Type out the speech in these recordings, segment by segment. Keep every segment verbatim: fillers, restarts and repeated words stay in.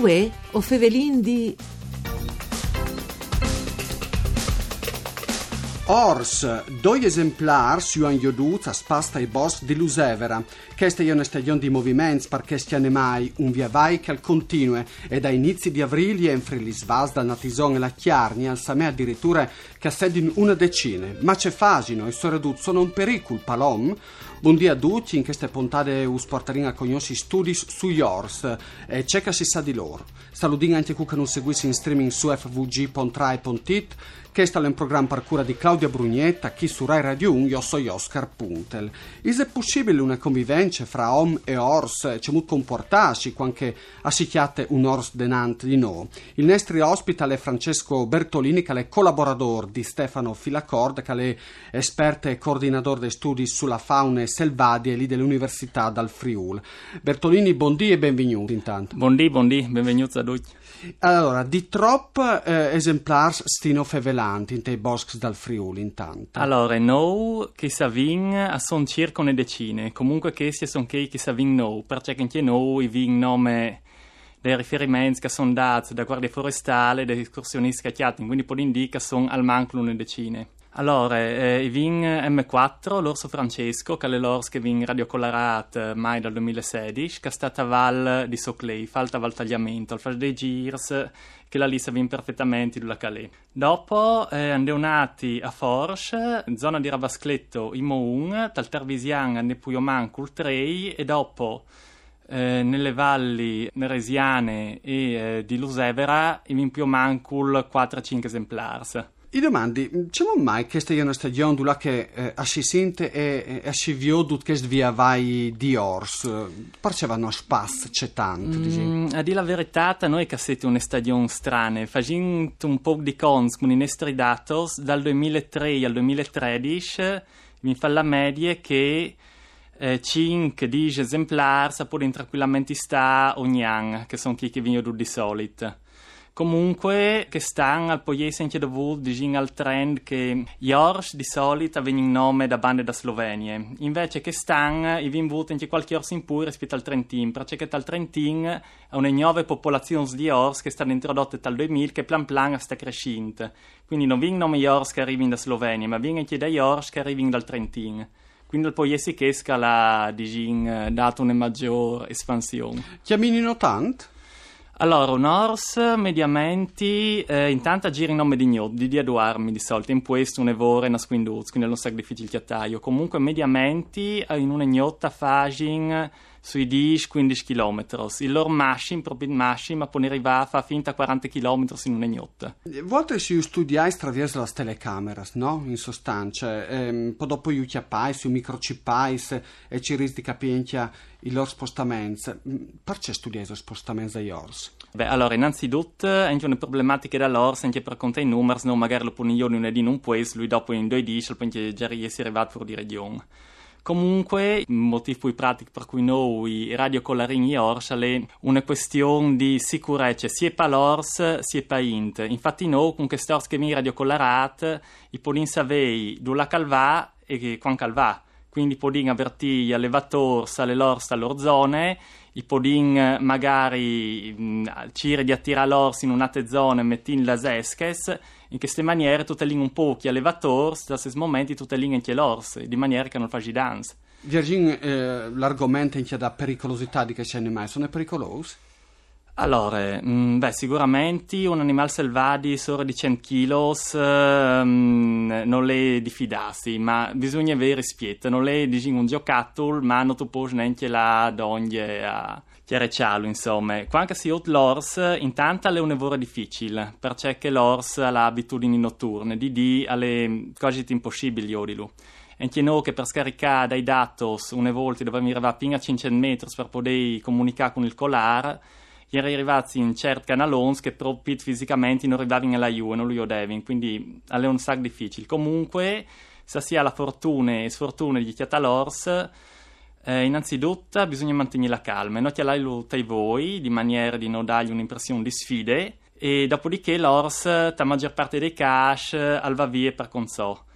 Uè, o fevelin di... Ors, due esemplari su han ioduti a spasta i boschi di Lusevera. Questa è una stagione di movimenti perché stiane mai un via vai che al continue e da inizi di avrili entri gli svas da Natison e la Chiarni al Samè addirittura che assedino una decina. Ma c'è fasino e sono sono un pericolo, palom. Buondì a tutti, in queste puntate us porteremo a conoscere studi sugli ors e c'è che si sa di loro. Saludin anche qui che non seguissi in streaming su f v g punto rai punto it. Questo è un programma per cura di Claudia Brugnetta, chi su Rai Radio uno, io sono Oscar Puntel. Is è possibile una convivenza fra om e ors? C'è molto comportarsi quando assicchiate un ors denante di no. Il nostro ospite è Francesco Bertolini, che è collaboratore di Stefano Filacord, che è esperto e coordinatore dei studi sulla fauna selvaggia lì dell'Università dal Friuli. Bertolini, buondì e benvenuti intanto. Buondì, buondì, benvenuti a tutti. Allora, di troppi eh, esemplari stino fevelanti in te boschi dal Friuli intanto? Allora, no, che savin sono circa una decine, comunque che si sono che sa vin no, perché anche noi vin nome dei riferimenti che sono dati da guardia forestale, dagli escursionisti cacchiati, quindi poi indica sono al manco una decine. Allora, eh, i vin M quattro, l'orso Francesco, che è l'orso che vin radiocolorato mai dal duemilasedici, che è stata a val di Soclei, falta val tagliamento, al fare dei girs, che la lista vin perfettamente dalla Calais. Dopo eh, andiamo nati a Forge, zona di Ravascletto, in Moun, tal Tervisian, andiamo poi a manco il tre, e dopo eh, nelle valli neresiane e eh, di Lusevera, in più manco quattro cinque esemplari. I domandi, c'è mai che questa è una stagione dove che eh, si sente e, e si vede che via vai di ors? Parcevano a spazio, c'è tanto. Mm, a dire la verità, a noi che siete una stagione strana, facendo un po' di cons con i nostri dati, dal duemilatré al duemilatredici mi fa la media che eh, cinque dieci esemplari si può tranquillamente stare ogni anno, che sono chi che vengono di solito. Comunque, che stanno al poiese anche dovuto diciamo, al trend che gli ors di solito vengono in nome da bande da Slovenia. Invece che stanno, i vin vuti anche qualche ors in più rispetto al Trentin, perché dal Trentin è una nuova popolazione di ors che stanno introdotte dal duemila che plan plan sta crescendo. Quindi non vengono gli ors che arrivano da Slovenia, ma vengono anche dagli ors che arrivano dal Trentin. Quindi al poiese che scala, diciamo, dato una maggiore espansione. Chiaminino tanto? Allora, un ors mediamente eh, intanto gira in nome di gnot, di dia due armi di solito, in questo un evore e una squinduz, quindi non è difficile chiattaio. Comunque mediamente in una gnotta fagin sui dieci quindici chilometri. Il loro massimo, proprio il massimo, può arrivare a fare finta quaranta chilometri in una gnotta. A volte si studiai attraverso le telecamere, no? In sostanza. Ehm, poi dopo io chiappai, su microchippais e ci resti di capire i loro spostamenti. Perché studiai i spostamenti degli ors? Beh, allora, innanzitutto, anche una problematica dell'ors, anche per contare i numeri, no, magari lo poni io lunedì non può, lui dopo in due dieci, poi già riesce arrivato fuori di regione. Comunque, il motivo più pratico per cui noi radiocolarini ors è una questione di sicurezza sia per l'ors sia per int. Infatti noi con questo ors che viene radiocolorato i podin savei dove calva e quando calva. Quindi podin avvertire allevatori alle l'ors alle zone, i podin magari mh, cire di attirare l'ors in un'altra zona e mettin las esches. In queste maniere tutte le un po' chi allevatori, da questi momenti tutte le anche l'ors, di maniera che non fa danza. Virgin, eh, l'argomento in che da pericolosità di che c'è animali, sono pericolosi? Allora, mh, beh, sicuramente un animale selvaggio sopra di cento chilos mh, non è di fidarsi, ma bisogna avere rispetto, non è diciamo, un giocattolo, ma non tu puoi neanche la donne a chiarecciarlo, insomma. Quando si ha l'ors, intanto è un lavoro difficile, perché l'ors ha abitudini notturne, di di alle cose impossibili, odilo. Anche noi che per scaricare dai dati una volta dovevamo arrivare fino a cinquecento metri per poter comunicare con il collare, erano arrivati in certi canalons che proprio fisicamente non arrivavano alla Ju e non lo devono, quindi è un sacco difficile. Comunque, se si ha la fortuna e sfortuna di chiattare l'ors, eh, innanzitutto bisogna mantenere la calma, non chialarlo tra voi, di maniera di non dargli un'impressione di sfide, e dopodiché l'ors, la maggior parte dei cash, al va via per consò.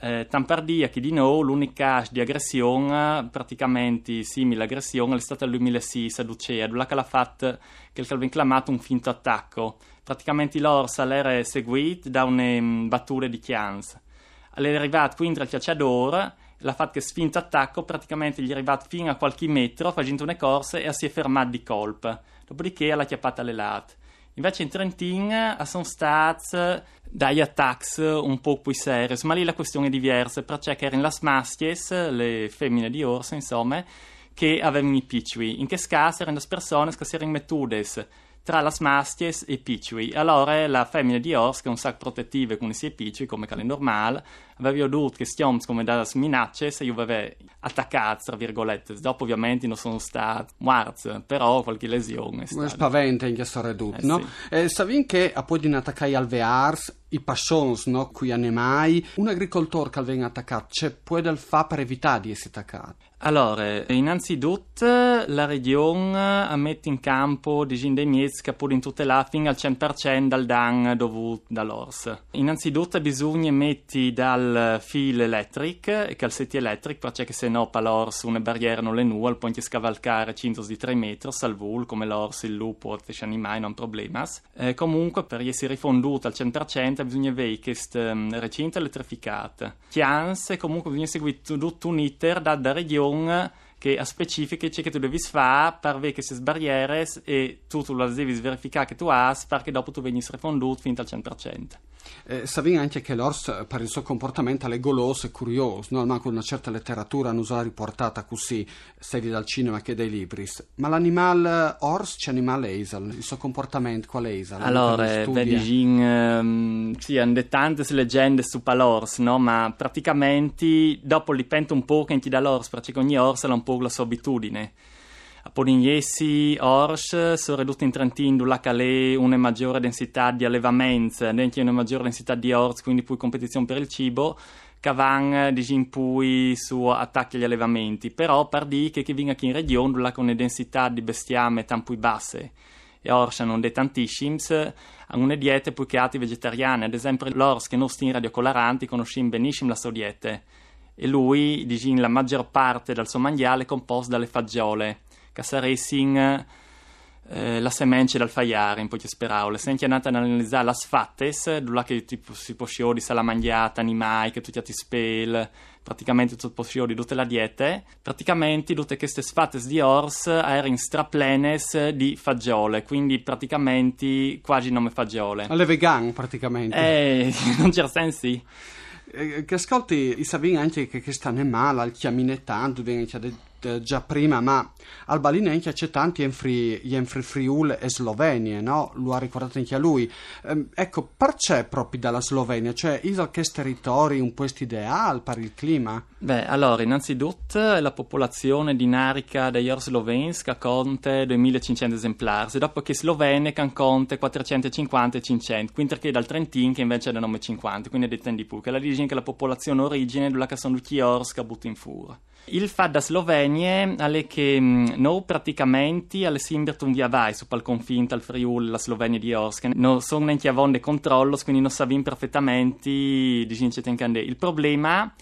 Eh, Tampardia che di nou l'unica caso di aggressione praticamente simile aggressione è stata nel duemilasei a Ducea, dove l'ha fatto che il Calvin chiamato un finto attacco. Praticamente l'orsa era seguito da una um, battuta di chians. È arrivato quindi al cacciatore, l'ha fatto che sfinto attacco praticamente gli è arrivato fino a qualche metro facendo una corsa e si è fermato di colpo. Dopodiché l'ha chiappata alle latte. Invece in Trentin sono stati degli attacchi un po' più seri, ma lì la questione è diversa, perché erano le maschies, le femmine di orsa, insomma, che avevano i picciui. In che caso erano le persone che si erano mettute tra le maschies e i picciui. Allora la femmina di orsa, che è un sacco protettivo con i suoi picciui, come è normale, aveva dovuto che stiamo come dalle minacce se io avevo attaccato, tra virgolette. Dopo ovviamente non sono stato morto, però qualche lesione. Come spaventa in questo ridotto, eh, no? Sì. Eh, Savin che a poi di attaccare alvears, i passions, no? Qui animai, un agricoltore che viene attaccato, c'è può del fa per evitare di essere attaccato? Allora, innanzitutto la regione mette in campo dei miezi che possono tutelare fino al cento per cento dal danno dovuto dall'orsa. Innanzitutto bisogna mettere dal filo elettrico e calzetti elettrici, perché se no per l'orsa una barriera non le nuove, poi scavalcare cintos di tre metri, salvul, come l'orsa, il lupo, altri animali, non problema. Eh, comunque, per essere rifonduto al cento per cento bisogna avere questo um, recinto elettrificato. Chians, comunque bisogna seguire tutto un iter da, da regione che a specifiche c'è che tu devi fare per vedere queste barriere e tu, tu le devi verificare che tu hai perché dopo tu vengi rifonduto fino al cento per cento. Eh, Savin anche che l'orso per il suo comportamento è goloso e curioso, no? Manco una certa letteratura non sarà riportata così, sia dal cinema che dai libri. Ma l'animale orso c'è animale esal, il suo comportamento qual è esal? Allora, vedi, um, sì, hanno tante leggende su l'orso, no? Ma praticamente dopo dipende un po' che dall'orso, perché ogni orso ha un po' la sua abitudine. A Polignesi, Ors, sono ridotti in Trentino, dove c'è una maggiore densità di allevamenti, anche una maggiore densità di orsi, quindi poi competizione per il cibo, che vanno in poi su attacchi agli allevamenti. Però per dire che chi viene qui in regione, dove c'è una densità di bestiame tan più basse, e orsi non è tantissimi, hanno una dieta più che altri vegetariane. Ad esempio, l'orso che non sta in radiocoloranti conosciamo benissimo la sua dieta. E lui, dice, la maggior parte del suo mangiare è composto dalle fagiole, che sarebbero eh, la semente dal faiare, in poche parole. Se anche andate ad analizzare le fattes, dove che tipo, si può scioglie di salamangiata, animali, che tutti ti spel, praticamente tutto può di tutte le diete, praticamente tutte queste fattes di ors erano straplenes di fagiole, quindi praticamente quasi non fagiole. Alle vegan, praticamente. Eh, non c'è senso, sì. Eh, che ascolti, i Savin anche che, che stanno male, al chiamine tanto, viene già prima, ma al Balino c'è tanti enfri, enfri Friul e Slovenia, no? Lo ha ricordato anche a lui. Ehm, ecco, perché proprio dalla Slovenia? Cioè, isol che territori un po' ideale per il clima? Beh, allora, innanzitutto la popolazione dinarica degli orsi sloveni che conta duemilacinquecento esemplari, dopo che Slovenia che conta quattrocentocinquanta e cinquecento, quindi che dal Trentino che invece è da novecentocinquanta, quindi è di più, che la dice che la popolazione origine della che sono tutti gli orsi che buttano in furia. Il fatto da Slovenia è che mh, noi praticamente alle simbert un via vai su pal confine al Friuli, la Slovenia di Orsk, non sono neanche a vonde controllo, quindi non sappiamo perfettamente di il problema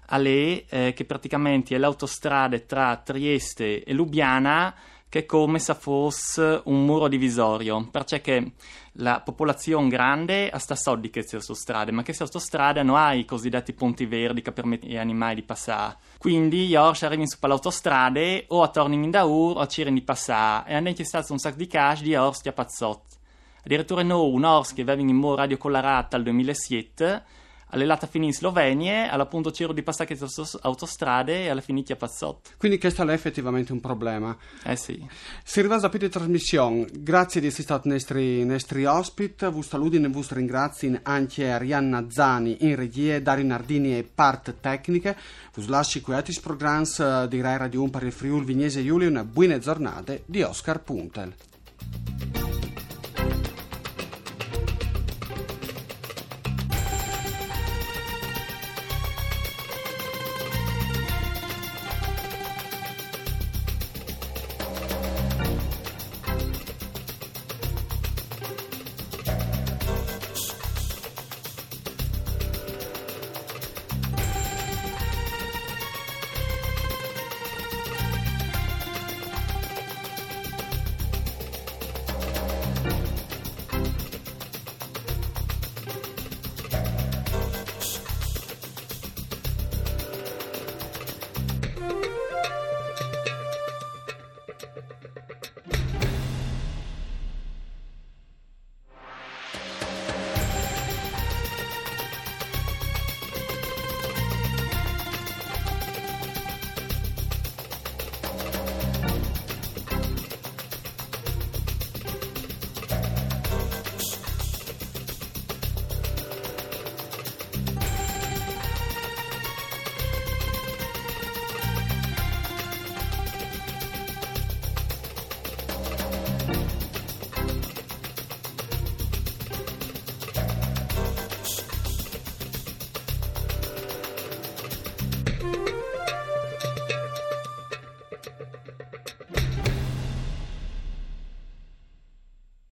è eh, che praticamente è l'autostrada tra Trieste e Lubiana che è come se fosse un muro divisorio, perché la popolazione grande sta so di queste autostrade, ma queste autostrade non ha i cosiddetti ponti verdi che permettono agli animali di passare. Quindi gli orsi arrivano su l'autostrade o a tornano in daur o a cercano di passare, e hanno anche stato un sacco di casi di orsi che pazzotti. Addirittura noi, un orso che aveva in mo radio colorata al duemilasette, all'elata finì in Slovenia, all'appunto c'ero di passare queste autostrade e alla fine a pazzotto. Quindi questo è effettivamente un problema. Eh sì. Si arriva a di trasmissione, grazie di essere stati nostri, nostri ospiti, vi saluto e vi ringrazio anche Arianna Zani in regie, Dario Nardini e parte tecniche, vi lascio qui a programmi di Rai Radio uno per il Friuli Vignese Giulia, una buona giornata di Oscar Puntel.